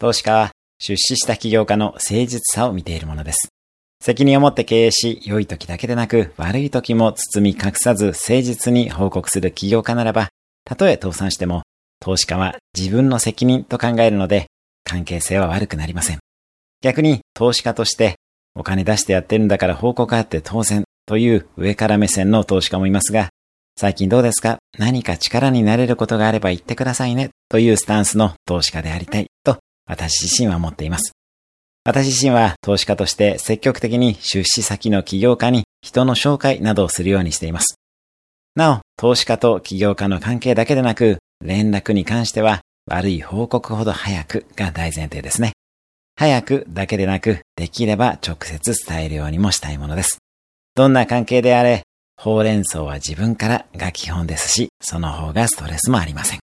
投資家は出資した起業家の誠実さを見ているものです。責任を持って経営し、良い時だけでなく悪い時も包み隠さず誠実に報告する起業家ならば、たとえ倒産しても投資家は自分の責任と考えるので関係性は悪くなりません。逆に投資家としてお金出してやってるんだから報告あって当然という上から目線の投資家もいますが、最近どうですか？何か力になれることがあれば言ってくださいねというスタンスの投資家でありたいと私自身は思っています。私自身は投資家として積極的に出資先の起業家に人の紹介などをするようにしています。なお、投資家と起業家の関係だけでなく、連絡に関しては悪い報告ほど早くが大前提ですね。早くだけでなく、できれば直接伝えるようにもしたいものです。どんな関係であれ、ほうれん草は自分からが基本ですし、その方がストレスもありません。